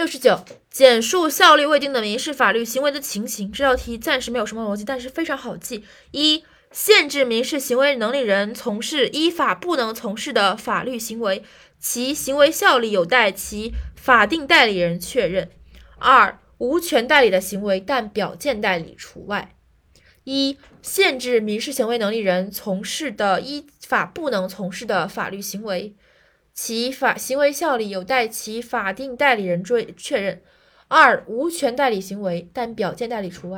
69，简述效力未定的民事法律行为的情形。这道题暂时没有什么逻辑，但是非常好记。一、限制民事行为能力人从事依法不能从事的法律行为，其行为效力有待其法定代理人确认。二、无权代理的行为，但表见代理除外。一、限制民事行为能力人从事的依法不能从事的法律行为，其行为效力有待其法定代理人确认。二、无权代理行为，但表见代理除外。